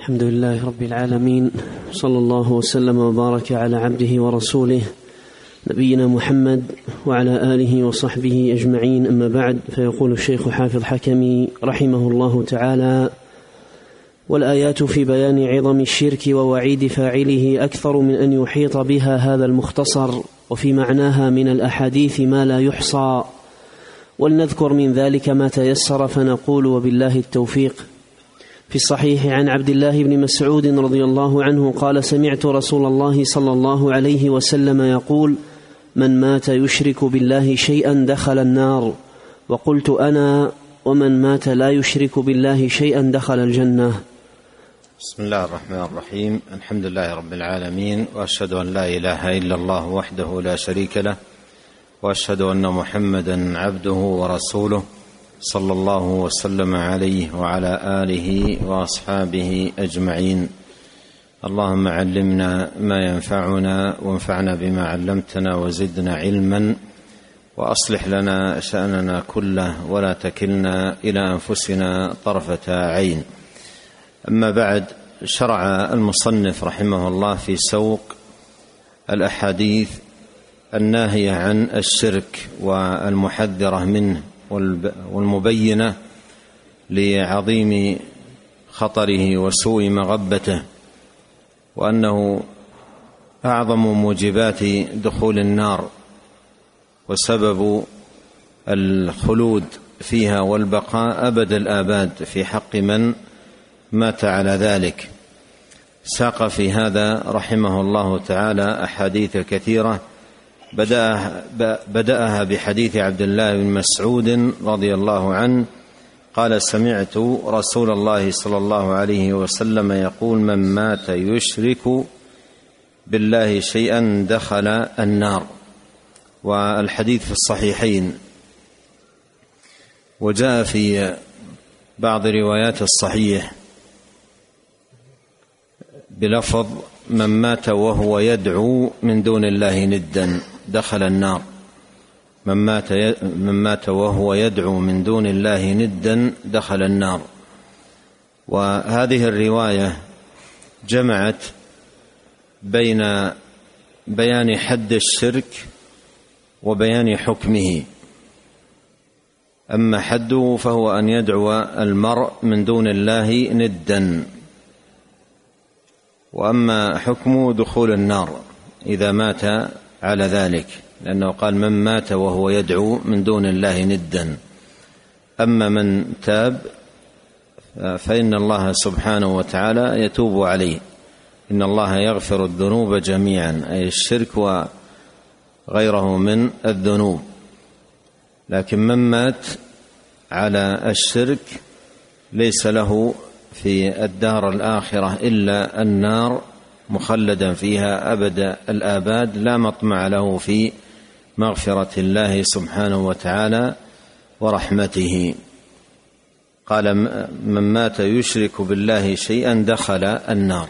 الحمد لله رب العالمين، صلى الله وسلم وبارك على عبده ورسوله نبينا محمد وعلى آله وصحبه أجمعين. أما بعد، فيقول الشيخ حافظ حكمي رحمه الله تعالى: والآيات في بيان عظم الشرك ووعيد فاعله أكثر من أن يحيط بها هذا المختصر، وفي معناها من الأحاديث ما لا يحصى، ولنذكر من ذلك ما تيسر فنقول وبالله التوفيق. في الصحيح عن عبد الله بن مسعود رضي الله عنه قال: سمعت رسول الله صلى الله عليه وسلم يقول: من مات يشرك بالله شيئا دخل النار. وقلت أنا: ومن مات لا يشرك بالله شيئا دخل الجنة. بسم الله الرحمن الرحيم. الحمد لله رب العالمين، وأشهد أن لا إله إلا الله وحده لا شريك له، وأشهد أن محمدا عبده ورسوله صلى الله وسلم عليه وعلى آله وأصحابه أجمعين. اللهم علمنا ما ينفعنا، وانفعنا بما علمتنا، وزدنا علما، وأصلح لنا شأننا كله، ولا تكلنا إلى أنفسنا طرفة عين. أما بعد، شرع المصنف رحمه الله في سوق الأحاديث الناهية عن الشرك والمحذرة منه والمبينة لعظيم خطره وسوء مغبته، وأنه أعظم موجبات دخول النار وسبب الخلود فيها والبقاء أبد الآباد في حق من مات على ذلك. ساق في هذا رحمه الله تعالى أحاديث كثيرة، بدأها بحديث عبد الله بن مسعود رضي الله عنه قال: سمعت رسول الله صلى الله عليه وسلم يقول: من مات يشرك بالله شيئا دخل النار. والحديث في الصحيحين، وجاء في بعض روايات الصحيح بلفظ: من مات وهو يدعو من دون الله ندا دخل النار. من مات وهو يدعو من دون الله ندا دخل النار. وهذه الرواية جمعت بين بيان حد الشرك وبيان حكمه. أما حده فهو أن يدعو المرء من دون الله ندا، وأما حكمه دخول النار إذا مات على ذلك، لأنه قال: من مات وهو يدعو من دون الله ندا. أما من تاب فإن الله سبحانه وتعالى يتوب عليه. إن الله يغفر الذنوب جميعا، أي الشرك وغيره من الذنوب. لكن من مات على الشرك ليس له في الدار الآخرة إلا النار، مخلدا فيها أبد الآباد، لا مطمع له في مغفرة الله سبحانه وتعالى ورحمته. قال: من مات يشرك بالله شيئا دخل النار.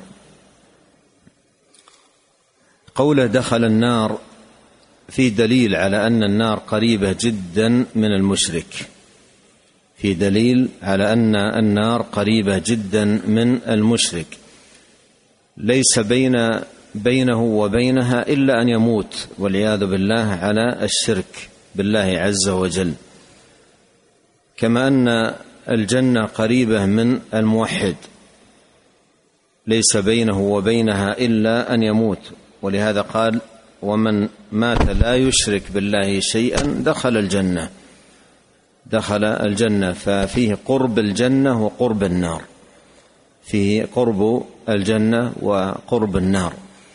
قوله دخل النار في دليل على أن النار قريبة جدا من المشرك، في دليل على أن النار قريبة جدا من المشرك، ليس بينه وبينها إلا أن يموت والعياذ بالله على الشرك بالله عز وجل. كما أن الجنة قريبة من الموحد، ليس بينه وبينها إلا أن يموت، ولهذا قال: ومن مات لا يشرك بالله شيئا دخل الجنة. دخل الجنة، ففيه قرب الجنة وقرب النار، فيه قرب الجنة وقرب النار.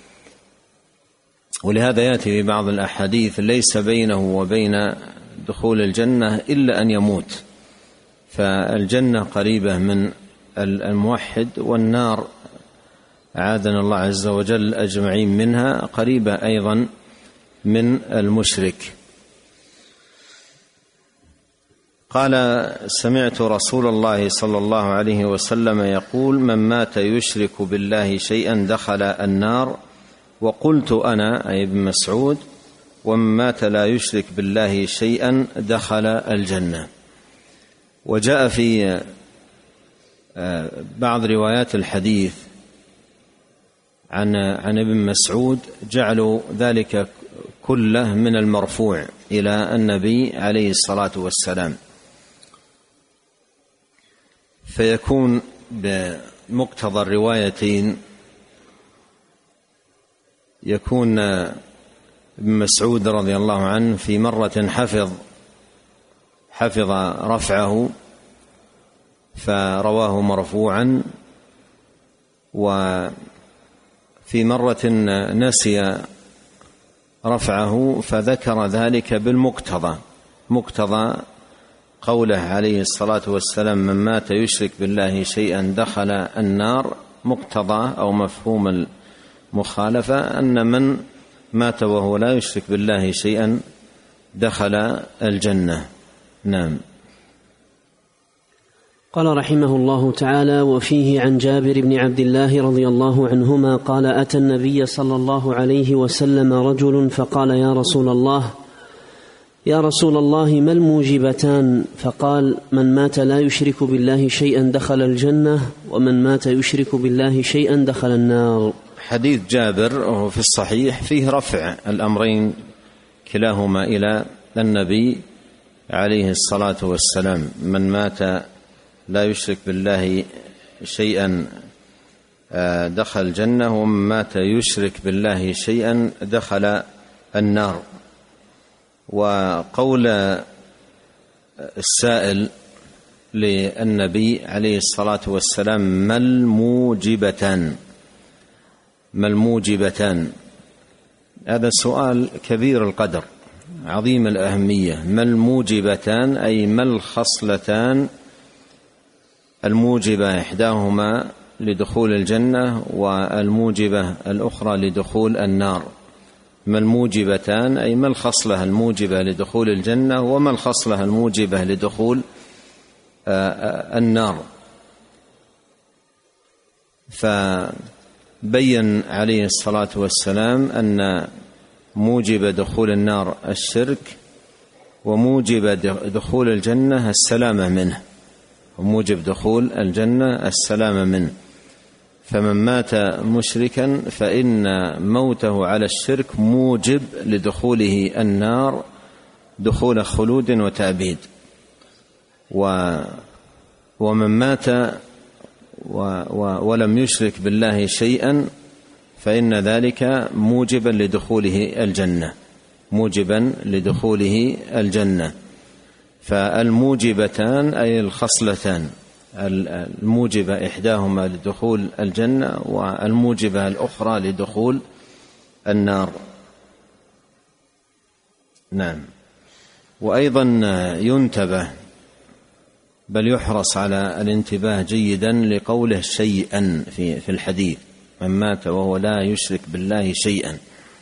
ولهذا يأتي في بعض الأحاديث: ليس بينه وبين دخول الجنة إلا أن يموت. فالجنة قريبة من الموحد، والنار أعاذنا الله عز وجل أجمعين منها قريبة أيضا من المشرك. قال: سمعت رسول الله صلى الله عليه وسلم يقول: من مات يشرك بالله شيئا دخل النار. وقلت أنا، أي ابن مسعود: ومن مات لا يشرك بالله شيئا دخل الجنة. وجاء في بعض روايات الحديث عن ابن مسعود جعلوا ذلك كله من المرفوع إلى النبي عليه الصلاة والسلام، فيكون بمقتضى الروايتين يكون ابن مسعود رضي الله عنه في مرة حفظ رفعه فرواه مرفوعا، وفي مرة نسي رفعه فذكر ذلك بالمقتضى، مقتضى قوله عليه الصلاة والسلام: من مات يشرك بالله شيئا دخل النار. مقتضى أو مفهوم المخالفة أن من مات وهو لا يشرك بالله شيئا دخل الجنة. نعم. قال رحمه الله تعالى: وفيه عن جابر بن عبد الله رضي الله عنهما قال: أتى النبي صلى الله عليه وسلم رجل فقال: يا رسول الله ما الموجبتان؟ فقال: من مات لا يشرك بالله شيئا دخل الجنة، ومن مات يشرك بالله شيئا دخل النار. حديث جابر وهو في الصحيح فيه رفع الأمرين كلاهما إلى النبي عليه الصلاة والسلام: من مات لا يشرك بالله شيئا دخل الجنة، ومن مات يشرك بالله شيئا دخل النار. وقول السائل للنبي عليه الصلاة والسلام: ما الموجبتان؟ هذا سؤال كبير القدر عظيم الأهمية. ما الموجبتان أي ما الخصلتان الموجبة إحداهما لدخول الجنة والموجبة الأخرى لدخول النار. ما الموجبتان أي ما الخصلة الموجبة لدخول الجنة وما الخصلة الموجبة لدخول النار. فبين عليه الصلاة والسلام أن موجب دخول النار الشرك، وموجب دخول الجنة السلامة منه، وموجب دخول الجنة السلامة منه. فمن مات مشركا فإن موته على الشرك موجب لدخوله النار دخول خلود وتأبيد، ومن مات ولم يشرك بالله شيئا فإن ذلك موجبا لدخوله الجنة. فالموجبتان أي الخصلتان، الموجبة إحداهما لدخول الجنة والموجبة الأخرى لدخول النار. نعم. وأيضا ينتبه بل يحرص على الانتباه جيدا لقوله شيئا في الحديث: من مات وهو لا يشرك بالله شيئا.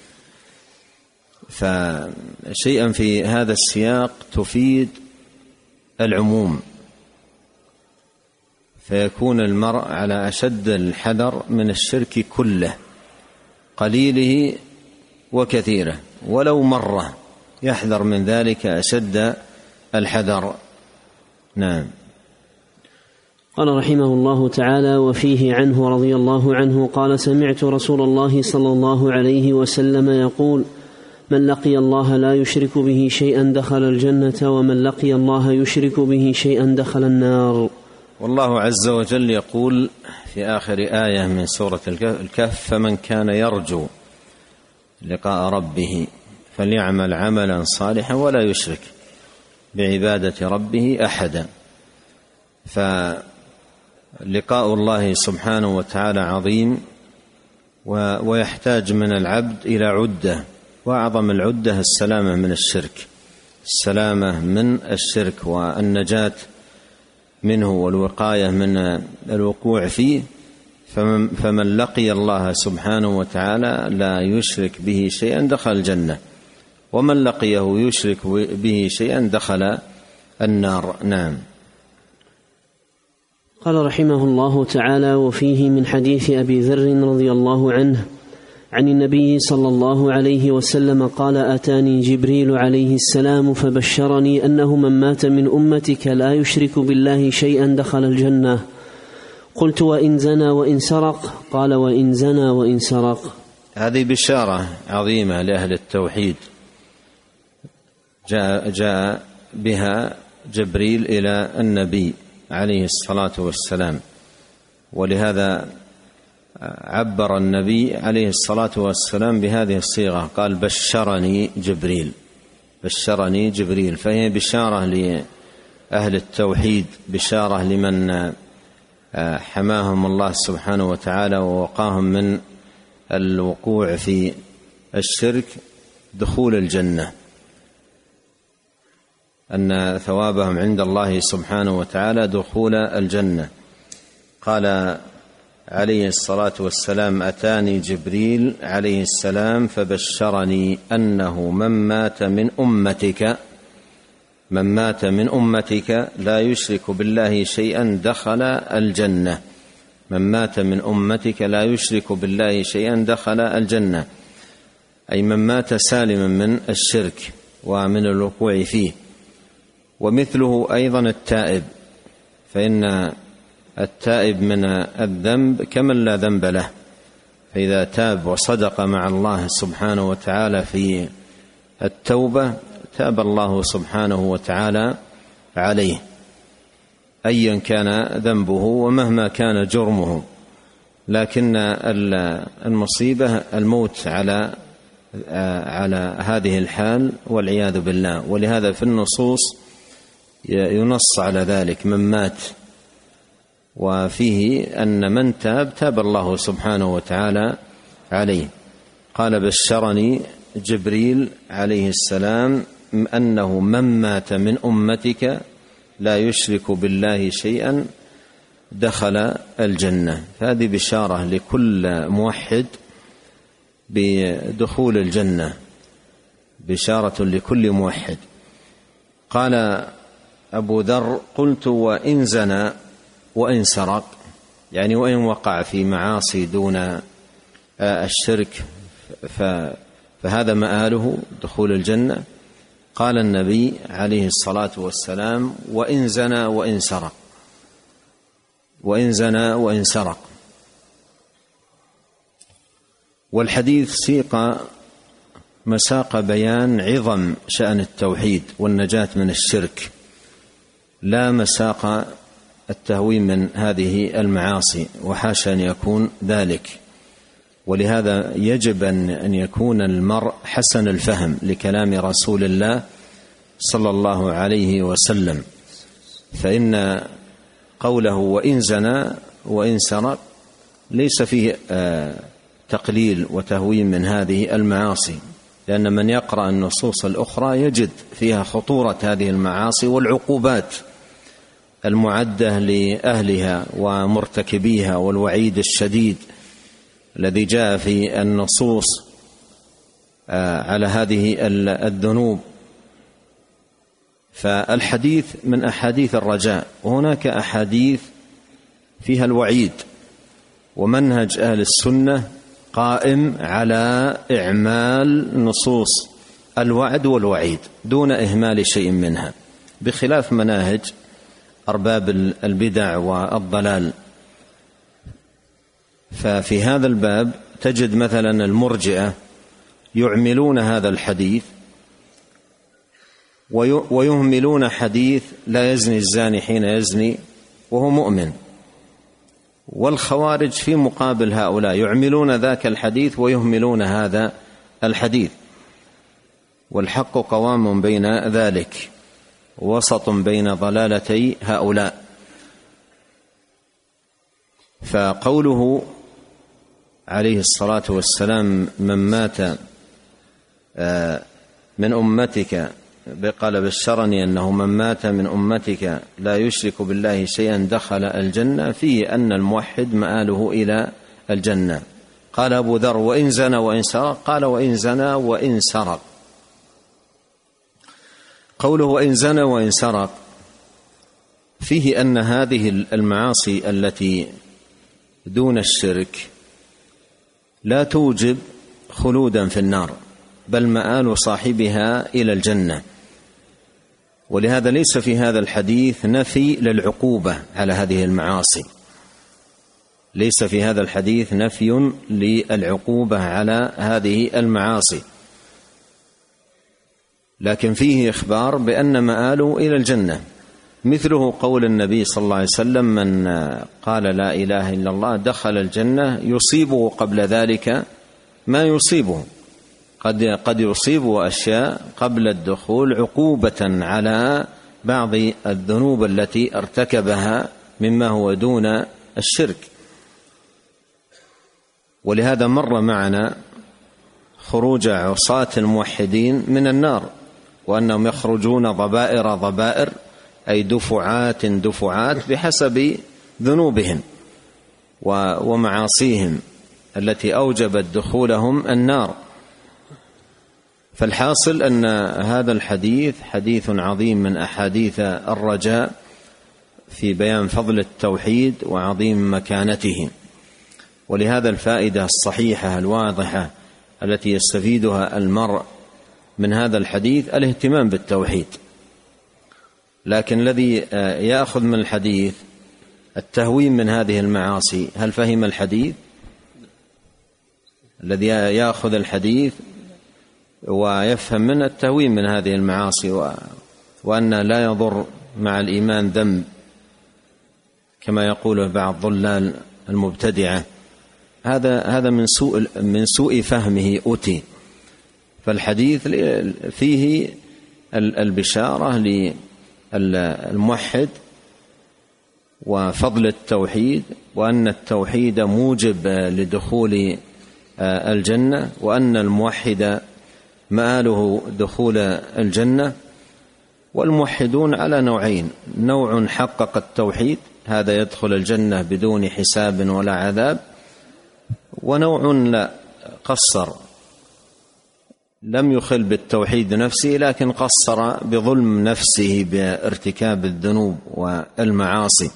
فشيئا في هذا السياق تفيد العموم، فيكون المرء على أشد الحذر من الشرك كله، قليله وكثيره، ولو مرة يحذر من ذلك أشد الحذر. نعم. قال رحمه الله تعالى: وفيه عنه رضي الله عنه قال: سمعت رسول الله صلى الله عليه وسلم يقول: من لقي الله لا يشرك به شيئا دخل الجنة، ومن لقي الله يشرك به شيئا دخل النار. والله عز وجل يقول في آخر آية من سورة الكهف: فمن كان يرجو لقاء ربه فليعمل عملا صالحا ولا يشرك بعبادة ربه أحدا. فلقاء الله سبحانه وتعالى عظيم، ويحتاج من العبد إلى عدة، وأعظم العدة السلامة من الشرك والنجاة منه والوقاية من الوقوع فيه. فمن لقي الله سبحانه وتعالى لا يشرك به شيئا دخل الجنة، ومن لقيه يشرك به شيئا دخل النار. نعم. قال رحمه الله تعالى: وفيه من حديث أبي ذر رضي الله عنه عن النبي صلى الله عليه وسلم قال: أتاني جبريل عليه السلام فبشرني أنه من مات من أمتك لا يشرك بالله شيئا دخل الجنة، قلت وإن زنى وإن سرق؟ قال وإن زنى وإن سرق. هذه بشارة عظيمة لأهل التوحيد جاء بها جبريل إلى النبي عليه الصلاة والسلام، ولهذا عبر النبي عليه الصلاة والسلام بهذه الصيغة، قال بشرني جبريل، بشرني جبريل. فهي بشارة لأهل التوحيد، بشارة لمن حماهم الله سبحانه وتعالى ووقاهم من الوقوع في الشرك دخول الجنة، أن ثوابهم عند الله سبحانه وتعالى دخول الجنة. قال عليه الصلاة والسلام أتاني جبريل عليه السلام فبشرني أنه من مات من أمتك لا يشرك بالله شيئا دخل الجنة. من مات من أمتك لا يشرك بالله شيئا دخل الجنة، أي من مات سالما من الشرك ومن الوقوع فيه. ومثله أيضا التائب، فإن التائب من الذنب كمن لا ذنب له، فإذا تاب وصدق مع الله سبحانه وتعالى في التوبة تاب الله سبحانه وتعالى عليه أيا كان ذنبه ومهما كان جرمه. لكن المصيبة الموت على هذه الحال والعياذ بالله. ولهذا في النصوص ينص على ذلك من مات، وفيه أن من تاب الله سبحانه وتعالى عليه. قال بشرني جبريل عليه السلام أنه من مات من أمتك لا يشرك بالله شيئا دخل الجنة. هذه بشارة لكل موحد بدخول الجنة، بشارة لكل موحد. قال أبو ذر قلت وإن زنى وإن سرق، يعني وإن وقع في معاصي دون الشرك فهذا مآله دخول الجنة. قال النبي عليه الصلاة والسلام وإن زنى وإن سرق، وإن زنى وإن سرق. والحديث سيق مساق بيان عظم شأن التوحيد والنجاة من الشرك، لا مساق التهوين من هذه المعاصي، وحاشا أن يكون ذلك. ولهذا يجب أن يكون المرء حسن الفهم لكلام رسول الله صلى الله عليه وسلم، فإن قوله وإن زنى وإن سرق ليس فيه تقليل وتهوين من هذه المعاصي، لأن من يقرأ النصوص الأخرى يجد فيها خطورة هذه المعاصي والعقوبات المعدة لأهلها ومرتكبيها، والوعيد الشديد الذي جاء في النصوص على هذه الذنوب. فالحديث من أحاديث الرجاء، وهناك أحاديث فيها الوعيد، ومنهج أهل السنة قائم على إعمال نصوص الوعد والوعيد دون إهمال شيء منها، بخلاف مناهج أرباب البدع والضلال. ففي هذا الباب تجد مثلا المرجئة يعملون هذا الحديث ويهملون حديث لا يزني الزاني حين يزني وهو مؤمن، والخوارج في مقابل هؤلاء يعملون ذاك الحديث ويهملون هذا الحديث، والحق قوام بين ذلك، وسط بين ضلالتي هؤلاء. فقوله عليه الصلاة والسلام من مات من أمتك، قال بشرني أنه من مات من أمتك لا يشرك بالله شيئا دخل الجنة، فيه أن الموحد مآله إلى الجنة. قال أبو ذر وإن زنى وإن سرق، قال وإن زنى وإن سرق. قوله وإن زنى وإن سرق فيه أن هذه المعاصي التي دون الشرك لا توجب خلودا في النار، بل مآل صاحبها إلى الجنة. ولهذا ليس في هذا الحديث نفي للعقوبة على هذه المعاصي، ليس في هذا الحديث نفي للعقوبة على هذه المعاصي، لكن فيه إخبار بأن مآله إلى الجنة، مثله قول النبي صلى الله عليه وسلم: من قال لا إله إلا الله دخل الجنة، يصيبه قبل ذلك ما يصيبه، قد يصيبه أشياء قبل الدخول عقوبة على بعض الذنوب التي ارتكبها مما هو دون الشرك. ولهذا مر معنا خروج عصاة الموحدين من النار، وأنهم يخرجون ضبائر أي دفعات بحسب ذنوبهم ومعاصيهم التي أوجبت دخولهم النار. فالحاصل أن هذا الحديث حديث عظيم من أحاديث الرجاء في بيان فضل التوحيد وعظيم مكانته. ولهذا الفائدة الصحيحة الواضحة التي يستفيدها المرء من هذا الحديث الاهتمام بالتوحيد. لكن الذي يأخذ من الحديث التهوين من هذه المعاصي، هل فهم الحديث؟ الذي يأخذ الحديث ويفهم من التهوين من هذه المعاصي وأن لا يضر مع الإيمان ذنب كما يقول بعض ضلال المبتدعة، هذا من سوء فهمه أتي. فالحديث فيه البشارة للموحد وفضل التوحيد، وأن التوحيد موجب لدخول الجنة، وأن الموحد مآله دخول الجنة. والموحدون على نوعين: نوع حقق التوحيد، هذا يدخل الجنة بدون حساب ولا عذاب، ونوع لا قصر، لم يخل بالتوحيد نفسه لكن قصر بظلم نفسه بارتكاب الذنوب والمعاصي،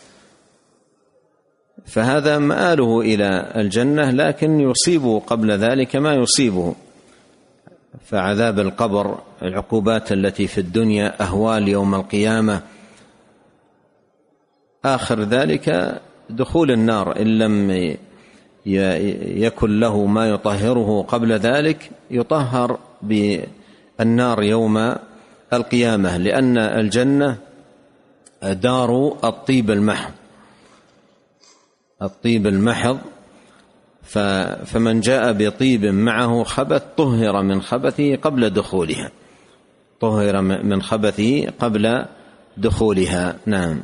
فهذا مآله إلى الجنة، لكن يصيبه قبل ذلك ما يصيبه، فعذاب القبر، العقوبات التي في الدنيا، أهوال يوم القيامة، آخر ذلك دخول النار إن لم يكن له ما يطهره قبل ذلك، يطهر بالنار يوم القيامة، لأن الجنة دار الطيب المحض، فمن جاء بطيب معه خبث طهر من خبثه قبل دخولها، طهر من خبثه قبل دخولها. نعم.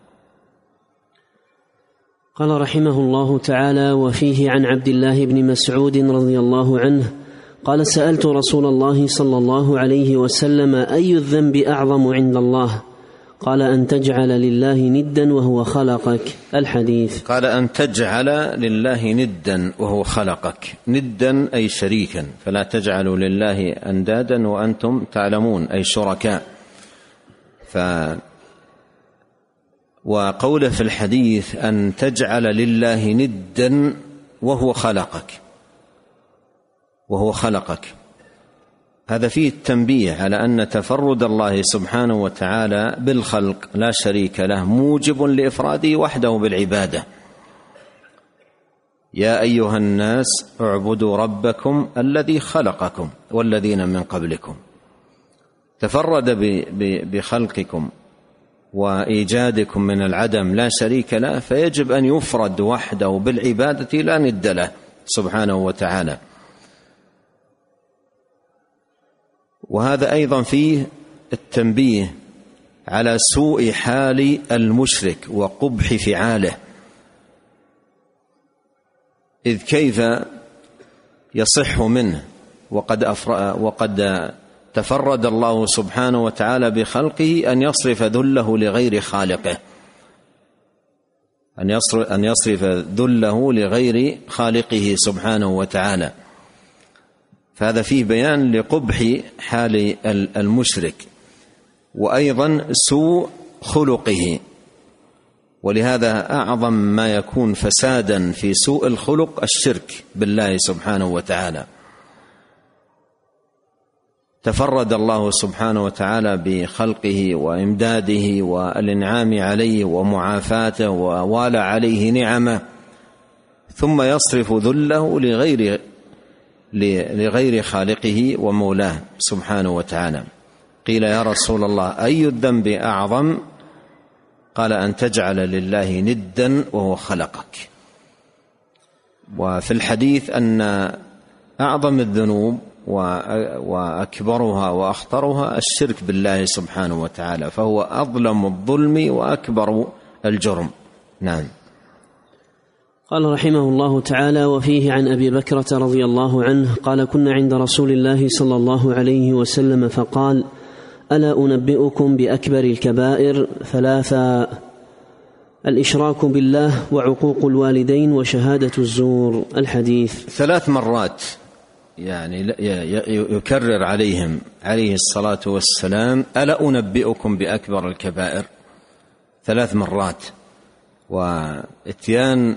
قال رحمه الله تعالى: وفيه عن عبد الله بن مسعود رضي الله عنه قال: سألت رسول الله صلى الله عليه وسلم: أي الذنب أعظم عند الله؟ قال: أن تجعل لله ندا وهو خلقك. الحديث. قال: أن تجعل لله ندا وهو خلقك، ندا أي شريكا، فلا تجعلوا لله أندادا وأنتم تعلمون، أي شركاء. وقوله في الحديث أن تجعل لله ندا وهو خلقك، هذا فيه التنبيه على أن تفرد الله سبحانه وتعالى بالخلق لا شريك له موجب لإفراده وحده بالعبادة. يا أيها الناس اعبدوا ربكم الذي خلقكم والذين من قبلكم، تفرد بخلقكم وإيجادكم من العدم لا شريك له، فيجب أن يفرد وحده بالعبادة لا ند له سبحانه وتعالى. وهذا أيضا فيه التنبيه على سوء حال المشرك وقبح فعاله، إذ كيف يصح منه وقد تفرد الله سبحانه وتعالى بخلقه أن يصرف ذله لغير خالقه، أن يصرف ذله لغير خالقه سبحانه وتعالى. فهذا فيه بيان لقبح حال المشرك، وأيضا سوء خلقه. ولهذا أعظم ما يكون فسادا في سوء الخلق الشرك بالله سبحانه وتعالى. تفرد الله سبحانه وتعالى بخلقه وإمداده والإنعام عليه ومعافاته، ووالى عليه نعمه ثم يصرف ذله لغير خالقه ومولاه سبحانه وتعالى. قيل يا رسول الله أي الذنب أعظم؟ قال أن تجعل لله ندا وهو خلقك. وفي الحديث أن أعظم الذنوب وأكبرها وأخطرها الشرك بالله سبحانه وتعالى، فهو أظلم الظلم وأكبر الجرم. نعم. قال رحمه الله تعالى: وفيه عن أبي بكرة رضي الله عنه قال: كنا عند رسول الله صلى الله عليه وسلم فقال: ألا أنبئكم بأكبر الكبائر 3: الإشراك بالله وعقوق الوالدين وشهادة الزور. الحديث 3 مرات يعني يكرر عليهم عليه الصلاة والسلام: ألا أنبئكم بأكبر الكبائر 3 مرات. وإتيان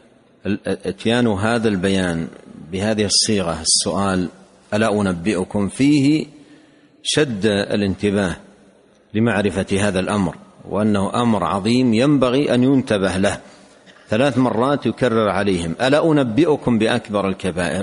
هذا البيان بهذه الصيغة السؤال ألا أنبئكم فيه شد الانتباه لمعرفة هذا الأمر، وأنه أمر عظيم ينبغي أن ينتبه له. 3 مرات يكرر عليهم: ألا أنبئكم بأكبر الكبائر.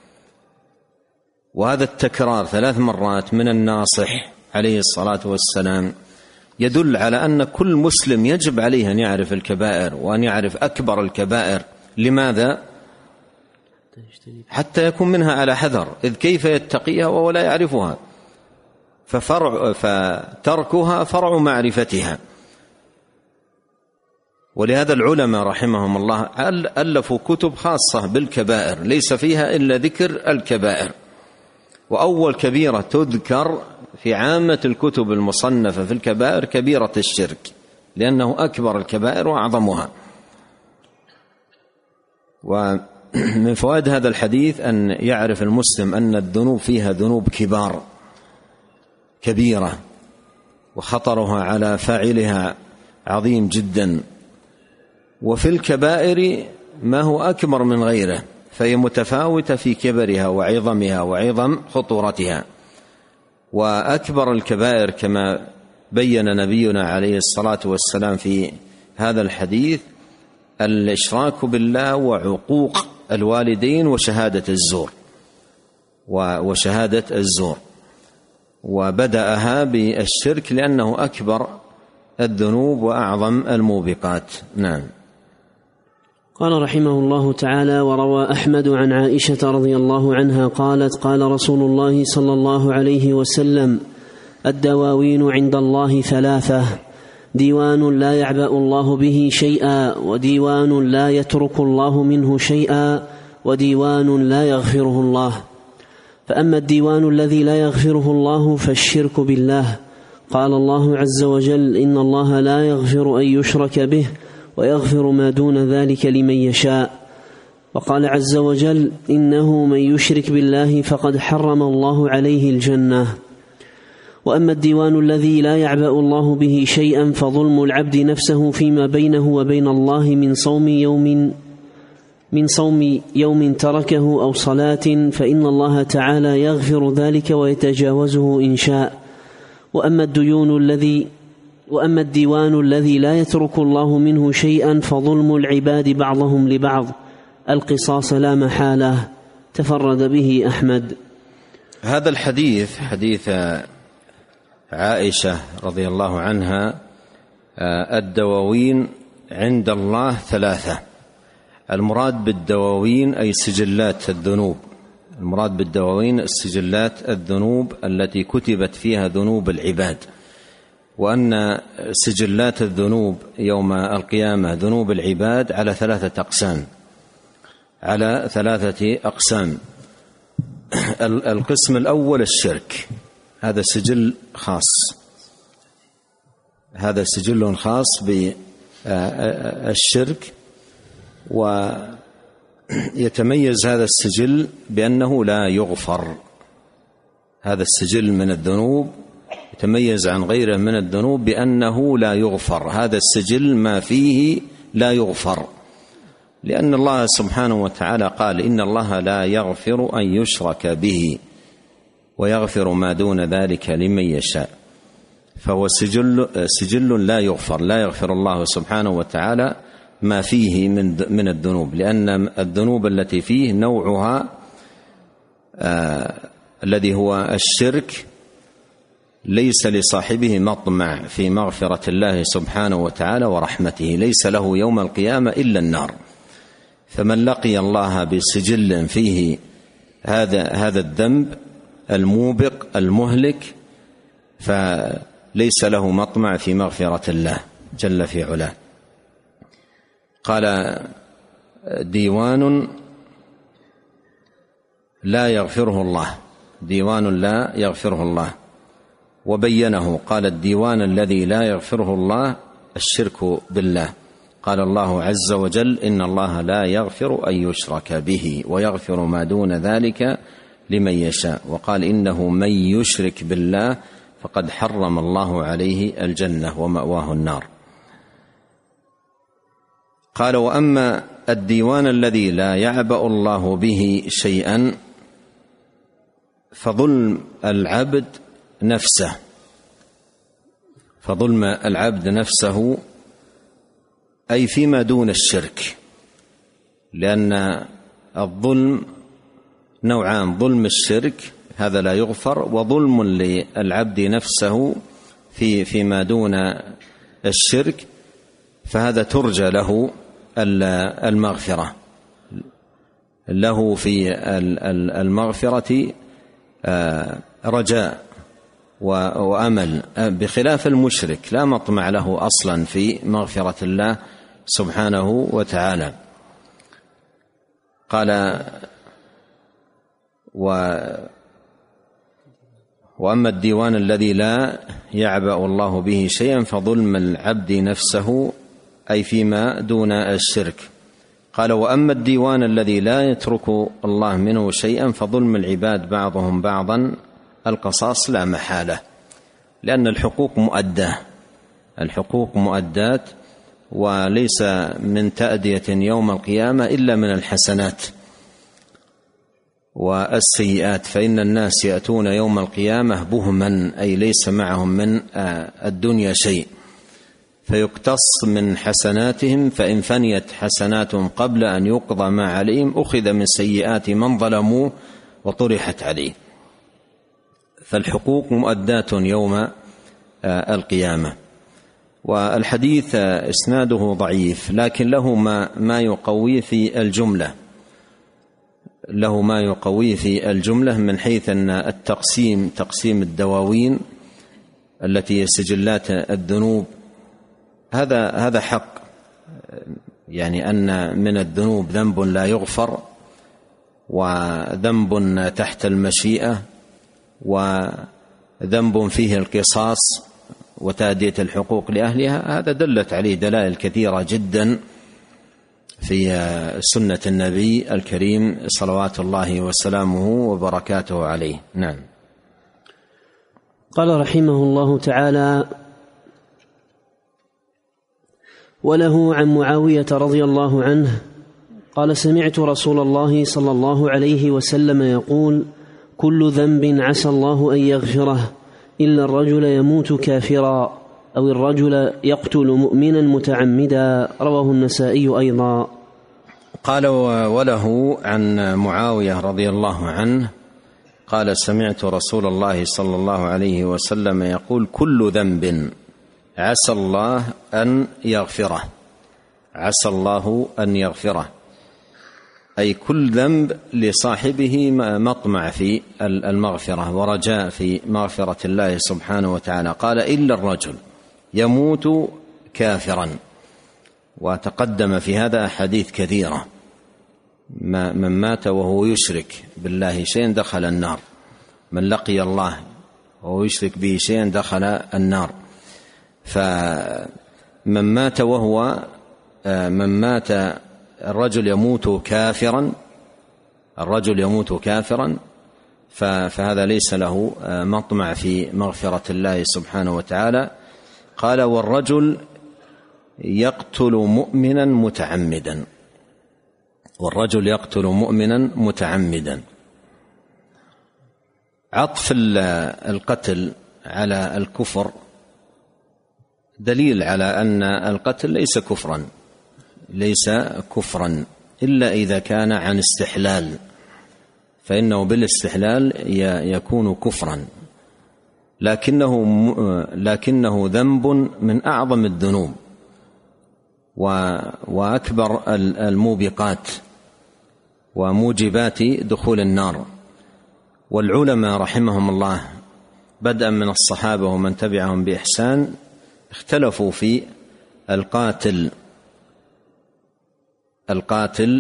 وهذا التكرار 3 مرات من الناصح عليه الصلاة والسلام يدل على أن كل مسلم يجب عليه أن يعرف الكبائر وأن يعرف أكبر الكبائر. لماذا؟ حتى يكون منها على حذر، إذ كيف يتقيها وهو لا يعرفها؟ فتركها فرع معرفتها. ولهذا العلماء رحمهم الله ألفوا كتب خاصة بالكبائر ليس فيها إلا ذكر الكبائر. وأول كبيرة تذكر في عامة الكتب المصنفة في الكبائر كبيرة الشرك، لأنه أكبر الكبائر وأعظمها. ومن فوائد هذا الحديث أن يعرف المسلم أن الذنوب فيها ذنوب كبيرة وخطرها على فاعلها عظيم جدا، وفي الكبائر ما هو أكبر من غيره، فهي متفاوتة في كبرها وعظمها وعظم خطورتها. وأكبر الكبائر كما بين نبينا عليه الصلاة والسلام في هذا الحديث الإشراك بالله وعقوق الوالدين وشهادة الزور. وبدأها بالشرك لأنه أكبر الذنوب وأعظم الموبقات. نعم. قال رحمه الله تعالى: وروى أحمد عن عائشة رضي الله عنها قالت: قال رسول الله صلى الله عليه وسلم: الدواوين عند الله 3: ديوان لا يعبأ الله به شيئا، وديوان لا يترك الله منه شيئا، وديوان لا يغفره الله. فأما الديوان الذي لا يغفره الله فالشرك بالله. قال الله عز وجل: إن الله لا يغفر أن يشرك به ويغفر ما دون ذلك لمن يشاء. وقال عز وجل: إنه من يشرك بالله فقد حرم الله عليه الجنة. وأما الديوان الذي لا يعبأ الله به شيئا فظلم العبد نفسه فيما بينه وبين الله من صوم يوم تركه أو صلاة، فإن الله تعالى يغفر ذلك ويتجاوزه إن شاء. وأما الديوان الذي لا يترك الله منه شيئا فظلم العباد بعضهم لبعض، القصاص لا محالة. تفرد به أحمد. هذا الحديث حديث عائشة رضي الله عنها: الدواوين عند الله 3. المراد بالدواوين أي سجلات الذنوب. المراد بالدواوين السجلات الذنوب التي كتبت فيها ذنوب العباد. وأن سجلات الذنوب يوم القيامة ذنوب العباد على 3 أقسام. القسم الأول الشرك، هذا سجل خاص بالشرك، ويتميز هذا السجل بأنه لا يغفر. هذا السجل من الذنوب يتميز عن غيره من الذنوب بأنه لا يغفر. هذا السجل ما فيه لا يغفر، لأن الله سبحانه وتعالى قال: إن الله لا يغفر أن يشرك به ويغفر ما دون ذلك لمن يشاء. فهو سجل لا يغفر الله سبحانه وتعالى ما فيه من الذنوب، لأن الذنوب التي فيه نوعها الذي هو الشرك ليس لصاحبه مطمع في مغفرة الله سبحانه وتعالى ورحمته، ليس له يوم القيامة إلا النار. فمن لقي الله بسجل فيه هذا الذنب الموبق المهلك فليس له مطمع في مغفرة الله جل في علاه. قال ديوان لا يغفره الله، ديوان لا يغفره الله، وبينه قال الديوان الذي لا يغفره الله الشرك بالله. قال الله عز وجل إن الله لا يغفر أن يشرك به ويغفر ما دون ذلك لمن يشاء، وقال إنه من يشرك بالله فقد حرم الله عليه الجنة ومأواه النار. قال وأما الديوان الذي لا يعبأ الله به شيئا فظلم العبد نفسه، فظلم العبد نفسه أي فيما دون الشرك، لأن الظلم نوعان: ظلم الشرك هذا لا يغفر، وظلم للعبد نفسه فيما دون الشرك، فهذا ترجى له المغفرة، له في المغفرة رجاء وأمل، بخلاف المشرك لا مطمع له أصلا في مغفرة الله سبحانه وتعالى. قال وأما الديوان الذي لا يعبأ الله به شيئا فظلم العبد نفسه أي فيما دون الشرك. قال وأما الديوان الذي لا يترك الله منه شيئا فظلم العباد بعضهم بعضا القصاص لا محالة، لأن الحقوق مؤداة، الحقوق مؤداة، وليس من تأدية يوم القيامة إلا من الحسنات والسيئات، فإن الناس يأتون يوم القيامة بهما أي ليس معهم من الدنيا شيء، فيقتص من حسناتهم، فإن فنيت حسناتهم قبل أن يقضى ما عليهم أخذ من سيئات من ظلموا وطرحت عليه، فالحقوق مؤداة يوم القيامة. والحديث إسناده ضعيف، لكن له ما يقوي في الجملة، له ما يقوي في الجملة من حيث أن تقسيم الدواوين التي هي سجلات الذنوب هذا حق، يعني أن من الذنوب ذنب لا يغفر، وذنب تحت المشيئة، وذنب فيه القصاص وتأدية الحقوق لأهلها. هذا دلت عليه دلائل كثيرة جدا في سنة النبي الكريم صلوات الله وسلامه وبركاته عليه. نعم. قال رحمه الله تعالى: وله عن معاوية رضي الله عنه قال: سمعت رسول الله صلى الله عليه وسلم يقول: كل ذنب عسى الله أن يغفره إلا الرجل يموت كافرا أو الرجل يقتل مؤمنا متعمدا. رواه النسائي أيضا. قال وله عن معاوية رضي الله عنه قال: سمعت رسول الله صلى الله عليه وسلم يقول: كل ذنب عسى الله أن يغفره، عسى الله أن يغفره، أي كل ذنب لصاحبه مطمع في المغفرة ورجاء في مغفرة الله سبحانه وتعالى. قال: إلا الرجل يموت كافرا، وتقدم في هذا أحاديث كثيرة، من مات وهو يشرك بالله شيئا دخل النار، من لقي الله وهو يشرك به شيئا دخل النار. فمن مات الرجل يموت كافرا، الرجل يموت كافرا، فهذا ليس له مطمع في مغفرة الله سبحانه وتعالى. قال: والرجل يقتل مؤمنا متعمدا، والرجل يقتل مؤمنا متعمدا. عطف القتل على الكفر دليل على أن القتل ليس كفرا، ليس كفرا إلا إذا كان عن استحلال، فإنه بالاستحلال يكون كفرا، لكنه ذنب من أعظم الذنوب وأكبر الموبقات وموجبات دخول النار. والعلماء رحمهم الله بدءا من الصحابة ومن تبعهم بإحسان اختلفوا في القاتل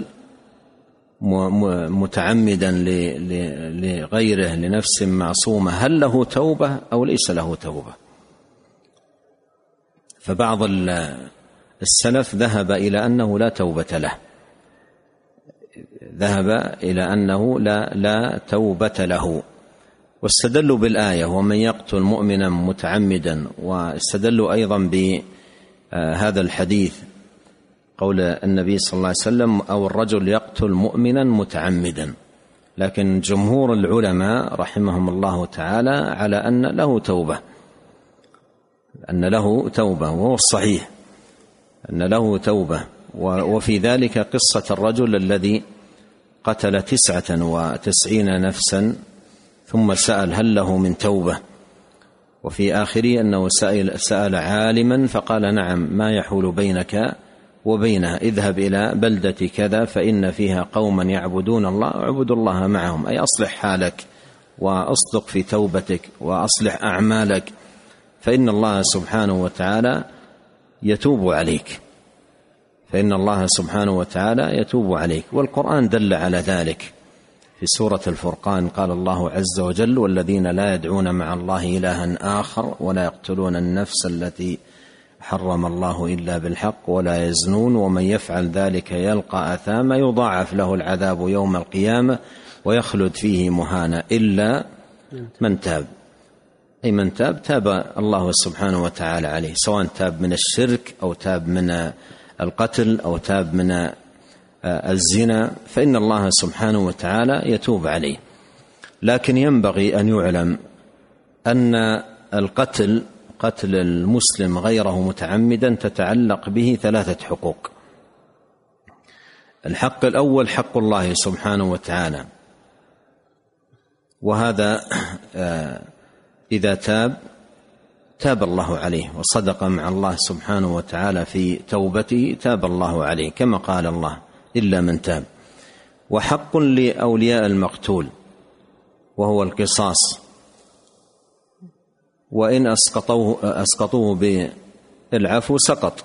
متعمدا لغيره لنفس معصومة، هل له توبة أو ليس له توبة؟ فبعض السلف ذهب إلى أنه لا توبة له، ذهب إلى أنه لا توبة له، واستدلوا بالآية ومن يقتل مؤمنا متعمدا، واستدلوا أيضا بهذا الحديث قول النبي صلى الله عليه وسلم أو الرجل يقتل مؤمنا متعمدا. لكن جمهور العلماء رحمهم الله تعالى على أن له توبة، وهو الصحيح أن له توبة. وفي ذلك قصة الرجل الذي قتل 99 نفسا ثم سأل هل له من توبة، وفي آخره أنه سأل عالما فقال نعم، ما يحول بينك وبينها، اذهب إلى بلدة كذا فإن فيها قوما يعبدون الله اعبدوا الله معهم، أي أصلح حالك وأصدق في توبتك وأصلح أعمالك، فإن الله سبحانه وتعالى يتوب عليك. والقرآن دل على ذلك في سورة الفرقان، قال الله عز وجل والذين لا يدعون مع الله إلها آخر ولا يقتلون النفس التي حرم الله إلا بالحق ولا يزنون ومن يفعل ذلك يلقى أثاما يضاعف له العذاب يوم القيامة ويخلد فيه مهانا إلا من تاب، أي من تاب الله سبحانه وتعالى عليه، سواء تاب من الشرك أو تاب من القتل أو تاب من الزنا، فإن الله سبحانه وتعالى يتوب عليه. لكن ينبغي أن يعلم أن قتل المسلم غيره متعمدا تتعلق به 3 حقوق. الحق الأول حق الله سبحانه وتعالى، وهذا إذا تاب الله عليه وصدق مع الله سبحانه وتعالى في توبته تاب الله عليه، كما قال الله إلا من تاب. وحق لأولياء المقتول وهو القصاص، وإن أسقطوه بالعفو سقط.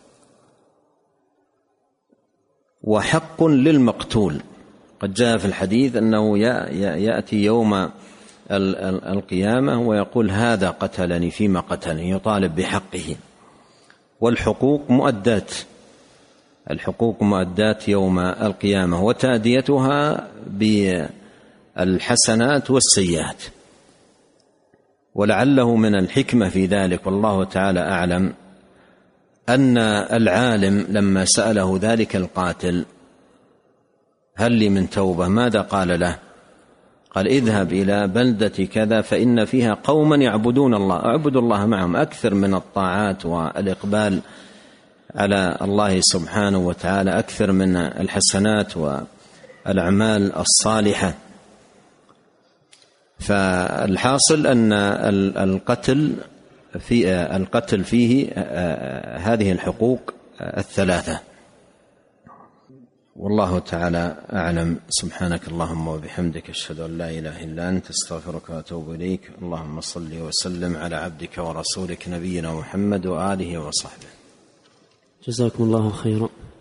وحق للمقتول، قد جاء في الحديث أنه يأتي يوم القيامة ويقول هذا قتلني فيما قتلني، يطالب بحقه. والحقوق مؤدات يوم القيامة، وتأديتها بالحسنات والسيئات. ولعله من الحكمة في ذلك والله تعالى أعلم أن العالم لما سأله ذلك القاتل هل لي من توبة، ماذا قال له؟ قال اذهب إلى بلدة كذا فإن فيها قوما يعبدون الله اعبدوا الله معهم، أكثر من الطاعات والإقبال على الله سبحانه وتعالى، أكثر من الحسنات والأعمال الصالحة. فالحاصل أن القتل فيه هذه الحقوق 3، والله تعالى أعلم. سبحانك اللهم وبحمدك أشهد أن لا إله إلا أنت استغفرك وأتوب إليك. اللهم صل وسلم على عبدك ورسولك نبينا محمد وآله وصحبه. جزاكم الله خيرا.